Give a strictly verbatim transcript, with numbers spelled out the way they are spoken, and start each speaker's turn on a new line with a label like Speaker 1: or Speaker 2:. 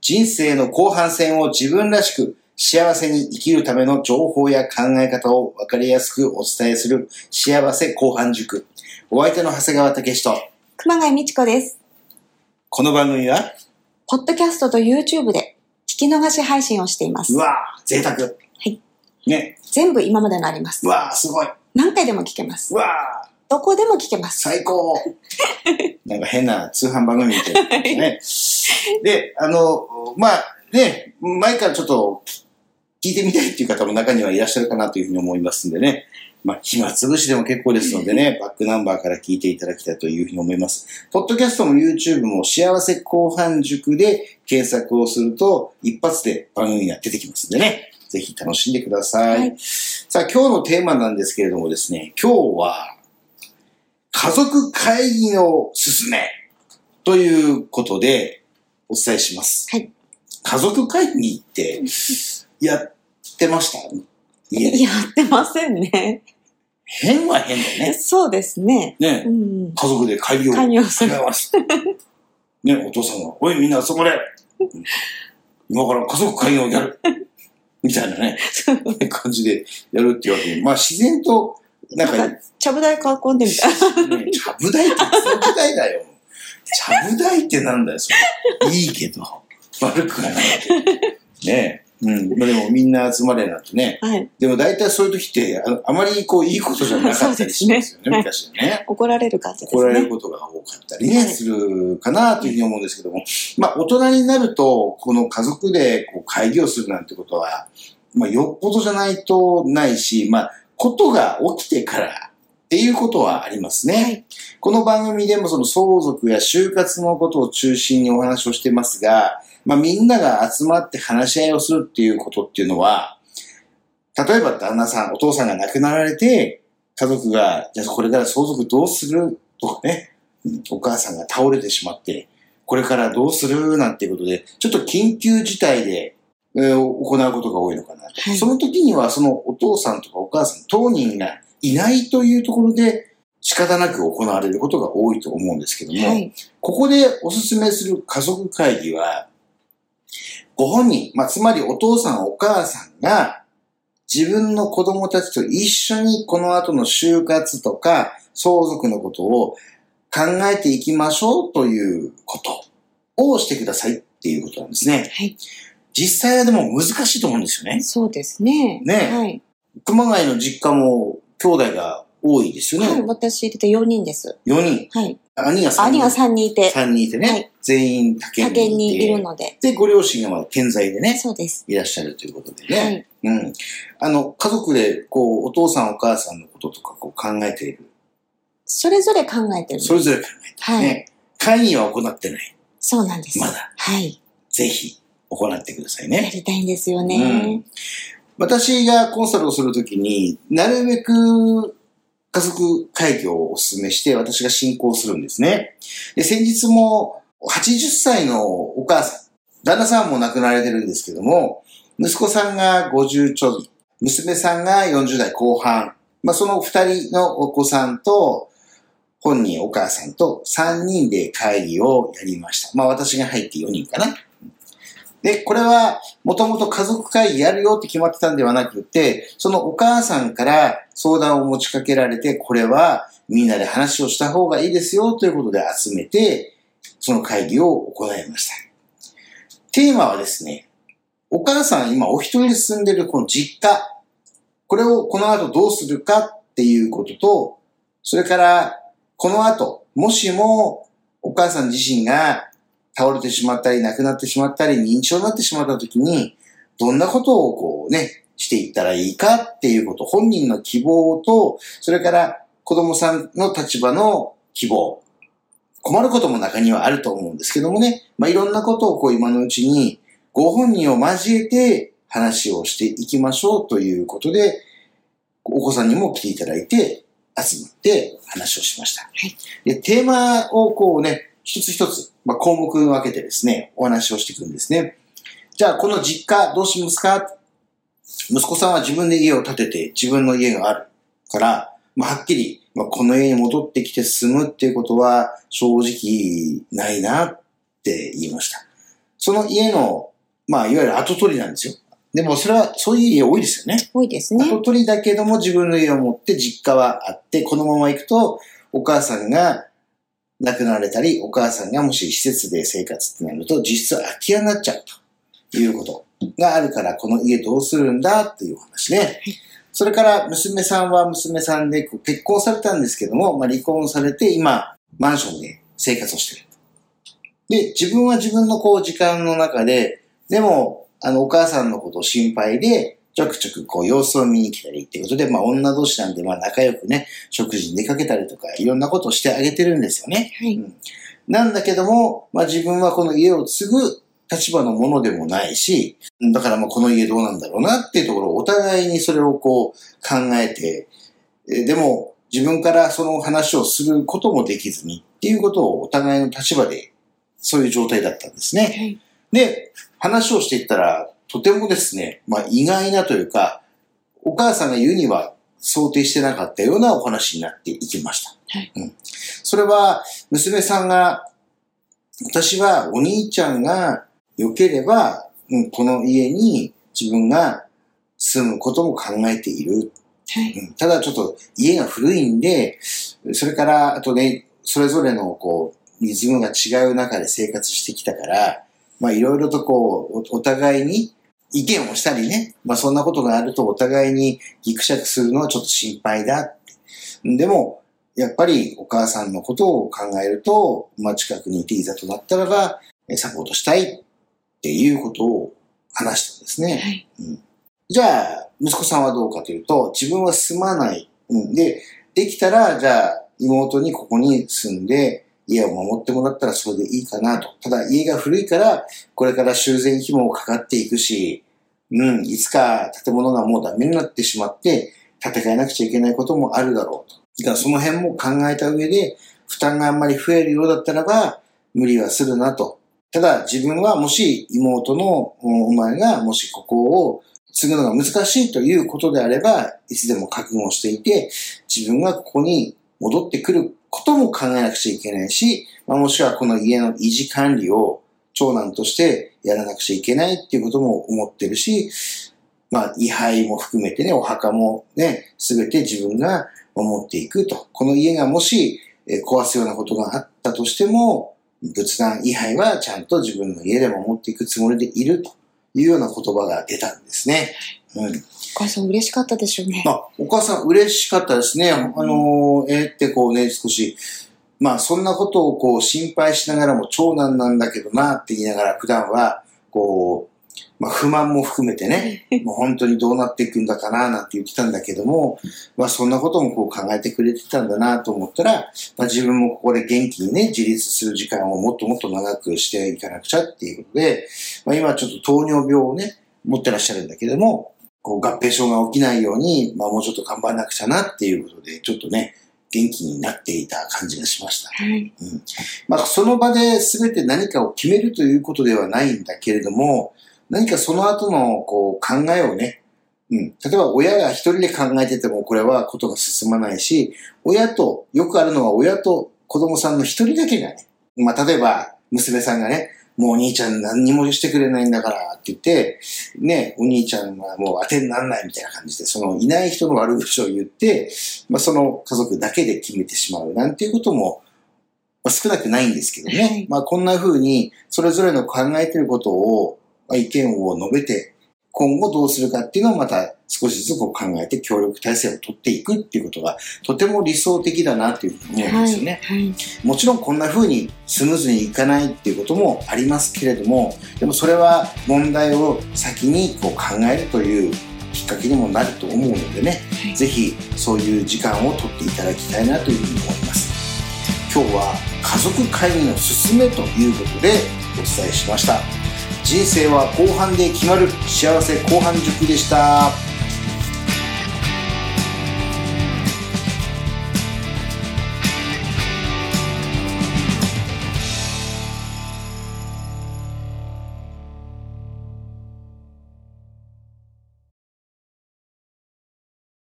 Speaker 1: 人生の後半戦を自分らしく幸せに生きるための情報や考え方を分かりやすくお伝えする幸せ後半塾。お相手の長谷川武史と
Speaker 2: 熊谷美智子です。
Speaker 1: この番組は
Speaker 2: ポッドキャストと YouTube で聞き逃し配信をしています。
Speaker 1: うわぁ、贅沢。
Speaker 2: はい。
Speaker 1: ね。
Speaker 2: 全部今までのあります。
Speaker 1: うわぁ、すごい。
Speaker 2: 何回でも聞けます。
Speaker 1: うわぁ。
Speaker 2: どこでも聞けます。
Speaker 1: 最高。なんか変な通販番組みたいな感じね。で、あの、まあね、前からちょっと聞いてみたいっていう方も中にはいらっしゃるかなというふうに思いますんでね。まあ、暇つぶしでも結構ですのでね、バックナンバーから聞いていただきたいというふうに思います。ポッドキャストも YouTube も幸せ後半塾で検索をすると一発で番組が出てきますんでね。ぜひ楽しんでください。はい、さあ、今日のテーマなんですけれどもですね、今日は家族会議のすすめということでお伝えします。
Speaker 2: はい。
Speaker 1: 家族会議ってやってました？
Speaker 2: やってませんね。
Speaker 1: 変は変だね。
Speaker 2: そうですね。
Speaker 1: ね、うん、家族で会議を考えます。ね、お父さんが、おいみんなそこで、今から家族会議をやる。みたいなね、感じでやるっていうわけで、まあ自然と、なんか、
Speaker 2: なんかちゃぶ台囲んでみたいな。
Speaker 1: ね、ちゃぶ台っていつの時代だよ。ちゃぶ台ってなんだよ、それ。いいけど、悪くはない。ねえ。うん。まあでもみんな集まれなんてね。はい。でも大体そういう時って、あ, あまりこういいことじゃなかったりしますよね、ね昔はね。
Speaker 2: 怒られる感じですね。
Speaker 1: 怒られることが多かったりね、はい、するかなというふうに思うんですけども。まあ大人になると、この家族でこう会議をするなんてことは、まあよっぽどじゃないとないし、まあことが起きてからっていうことはありますね。はい、この番組でもその相続や就活のことを中心にお話をしてますが、まあみんなが集まって話し合いをするっていうことっていうのは、例えば旦那さん、お父さんが亡くなられて、家族が、じゃあこれから相続どうするとかね、お母さんが倒れてしまって、これからどうするなんていうことで、ちょっと緊急事態で、えー、行うことが多いのかなと、はい。その時にはそのお父さんとかお母さん当人がいないというところで仕方なく行われることが多いと思うんですけども、はい、ここでおすすめする家族会議は、ご本人、まあ、つまりお父さんお母さんが自分の子供たちと一緒にこの後の就活とか相続のことを考えていきましょうということをしてくださいっていうことなんですね。はい。実際はでも難しいと思うんですよね。
Speaker 2: そうですね。
Speaker 1: ね。はい。熊谷の実家も兄弟が多いですよね。
Speaker 2: はい。私入れてよにんです。
Speaker 1: よにん。
Speaker 2: はい。
Speaker 1: 兄がさんにん。
Speaker 2: 兄がさんにんいて。
Speaker 1: さんにんいてね。はい。全員他県にいて。
Speaker 2: 他県にいるので。
Speaker 1: で、ご両親がまだ健在でね。
Speaker 2: そうです。
Speaker 1: いらっしゃるということでね。はい。うん。あの、家族で、こう、お父さんお母さんのこととかこう考えている。
Speaker 2: それぞれ考えてる。
Speaker 1: それぞれ考えてるね。はい。会議は行ってない。
Speaker 2: そうなんです。
Speaker 1: まだ。
Speaker 2: はい。
Speaker 1: ぜひ。行ってくださいね。
Speaker 2: やりたいんですよね。うん、
Speaker 1: 私がコンサルをするときになるべく家族会議をお勧めして私が進行するんですね。で、先日もはちじゅっさいのお母さん、旦那さんも亡くなられてるんですけども、息子さんがごじゅうちょい、娘さんがよんじゅう代後半、まあ、そのふたりのお子さんと本人お母さんとさんにんで会議をやりました。まあ私が入ってよにんかな。で、これは、もともと家族会議やるよって決まってたんではなくて、そのお母さんから相談を持ちかけられて、これはみんなで話をした方がいいですよということで集めて、その会議を行いました。テーマはですね、お母さん今お一人で住んでるこの実家、これをこの後どうするかっていうことと、それからこの後、もしもお母さん自身が倒れてしまったり、亡くなってしまったり、認知症になってしまったときに、どんなことをこうね、していったらいいかっていうこと、本人の希望と、それから子供さんの立場の希望。困ることも中にはあると思うんですけどもね、まあ、いろんなことをこう今のうちに、ご本人を交えて話をしていきましょうということで、お子さんにも来ていただいて、集まって話をしました。はい、で、テーマをこうね、一つ一つ、まあ、項目に分けてですね、お話をしていくんですね。じゃあ、この実家どうしますか？息子さんは自分で家を建てて自分の家があるから、まあ、はっきり、まあ、この家に戻ってきて住むっていうことは正直ないなって言いました。 その家の、まあ、いわゆる跡取りなんですよ。でもそれは、そういう家多いですよね。
Speaker 2: 多いですね。
Speaker 1: 跡取りだけども自分の家を持って実家はあって、このまま行くと、お母さんが亡くなられたり、お母さんがもし施設で生活ってなると、実質空き家になっちゃうということがあるから、この家どうするんだっていう話ね。はい、それから娘さんは娘さんで結婚されたんですけども、まあ、離婚されて今、マンションで生活をしている。で、自分は自分のこう時間の中で、でも、あの、お母さんのことを心配で、ちょくちょくこう様子を見に来たりっていうことで、まあ女同士なんで、まあ仲良くね、食事に出かけたりとか、いろんなことをしてあげてるんですよね。
Speaker 2: はい。
Speaker 1: うん、なんだけども、まあ自分はこの家を継ぐ立場のものでもないし、だからまあこの家どうなんだろうなっていうところをお互いにそれをこう考えて、でも自分からその話をすることもできずにっていうことをお互いの立場でそういう状態だったんですね。はい、で、話をしていったら、とてもですね、まあ意外なというか、お母さんが言うには想定してなかったようなお話になっていきました。はい、うん、それは、娘さんが、私はお兄ちゃんが良ければ、うん、この家に自分が住むことも考えている。はい、うん、ただちょっと家が古いんで、それからあとね、それぞれのこう、リズムが違う中で生活してきたから、まあいろいろとこう、お互いに意見をしたりね、まあそんなことがあるとお互いにギクシャクするのはちょっと心配だって。でも、やっぱりお母さんのことを考えると、まあ近くにいていざとなったらば、サポートしたいっていうことを話したんですね。はい、うん、じゃあ、息子さんはどうかというと、自分は住まない。うん、で、できたら、じゃあ妹にここに住んで、家を守ってもらったらそれでいいかなと。ただ家が古いから、これから修繕費もかかっていくし、うん、いつか建物がもうダメになってしまって、建て替えなくちゃいけないこともあるだろうと。だからその辺も考えた上で、負担があんまり増えるようだったらば、無理はするなと。ただ自分はもし妹のお前がもしここを継ぐのが難しいということであれば、いつでも覚悟していて、自分がここに戻ってくることも考えなくちゃいけないし、まあ、もしくはこの家の維持管理を長男としてやらなくちゃいけないっていうことも思ってるし、まあ、位牌も含めてね、お墓もね、すべて自分が守っていくと。この家がもし壊すようなことがあったとしても、仏壇位牌はちゃんと自分の家で守っていくつもりでいるというような言葉が出たんですね。うん、
Speaker 2: お母さん嬉しかったでしょうね。
Speaker 1: あ、お母さん嬉しかったですね。あの、えー、ってこうね、少し、まあそんなことをこう心配しながらも長男なんだけどなって言いながら普段は、こう、まあ不満も含めてね、もう本当にどうなっていくんだかななんて言ってたんだけども、まあそんなこともこう考えてくれてたんだなと思ったら、まあ自分もここで元気にね、自立する時間をもっともっと長くしていかなくちゃっていうことで、まあ今ちょっと糖尿病をね、持ってらっしゃるんだけども、こう合併症が起きないように、まあもうちょっと頑張らなくちゃなっていうことで、ちょっとね、元気になっていた感じがしました。はい。うん。まあその場で全て何かを決めるということではないんだけれども、何かその後のこう考えをね、うん。例えば親が一人で考えててもこれはことが進まないし、親と、よくあるのは親と子供さんの一人だけがね、まあ例えば娘さんがね、もうお兄ちゃん何にもしてくれないんだからって言って、ね、お兄ちゃんはもう当てにならないみたいな感じで、そのいない人の悪口を言って、まあその家族だけで決めてしまうなんていうことも、まあ、少なくないんですけどね。はい、まあこんな風にそれぞれの考えていることを、まあ、意見を述べて、今後どうするかっていうのをまた少しずつこう考えて協力体制を取っていくっていうことがとても理想的だなというふうに思うんですよね。はいはい、もちろんこんな風にスムーズにいかないっていうこともありますけれども、でもそれは問題を先にこう考えるというきっかけにもなると思うのでね、はい、ぜひそういう時間を取っていただきたいなというふうに思います。今日は家族会議の勧めということでお伝えしました。人生は後半で決まる幸せ後半塾でした。